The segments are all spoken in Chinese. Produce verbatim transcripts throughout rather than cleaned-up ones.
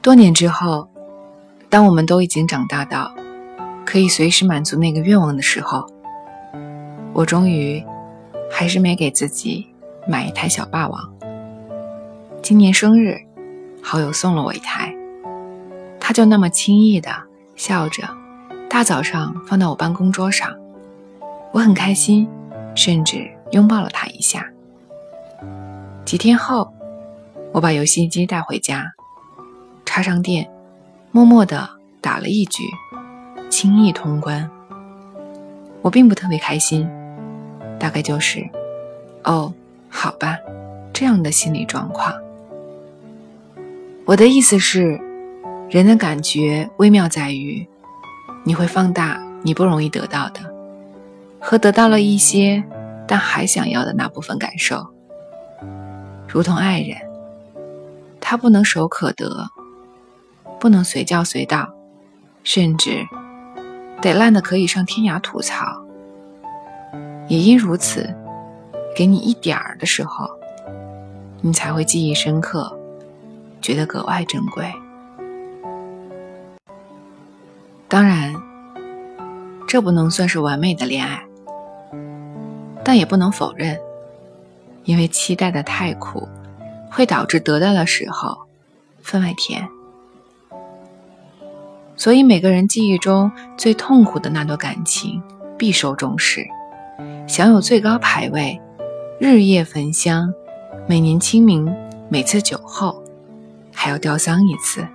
多年之后，当我们都已经长大到可以随时满足那个愿望的时候，我终于还是没给自己买一台小霸王。今年生日，好友送了我一台，他就那么轻易地笑着大早上放到我办公桌上，我很开心，甚至拥抱了他一下。几天后，我把游戏机带回家，插上电，默默地打了一局，轻易通关。我并不特别开心，大概就是哦，好吧，这样的心理状况。我的意思是，人的感觉微妙在于，你会放大你不容易得到的，和得到了一些但还想要的那部分感受。如同爱人，他不能手可得，不能随叫随到，甚至得烂得可以上天涯吐槽。也因如此，给你一点儿的时候，你才会记忆深刻，觉得格外珍贵。当然，这不能算是完美的恋爱，但也不能否认，因为期待的太苦，会导致得到的时候分外甜。所以每个人记忆中最痛苦的那段感情必受重视，享有最高排位，日夜焚香，每年清明，每次酒后还要吊丧一次。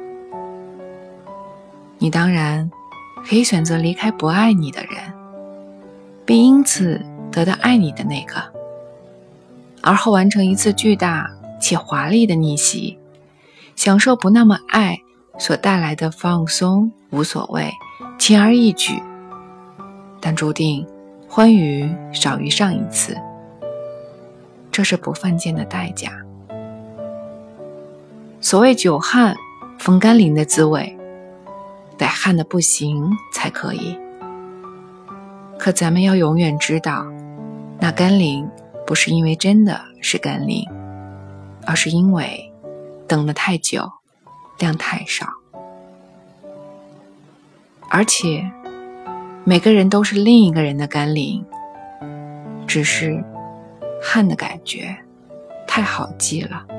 你当然可以选择离开不爱你的人，并因此得到爱你的那个，而后完成一次巨大且华丽的逆袭，享受不那么爱所带来的放松，无所谓，轻而易举，但注定欢愉少于上一次，这是不犯贱的代价。所谓久旱逢甘霖的滋味，得旱得不行才可以。可咱们要永远知道，那甘霖不是因为真的是甘霖，而是因为等得太久，量太少。而且每个人都是另一个人的甘霖，只是旱的感觉太好记了。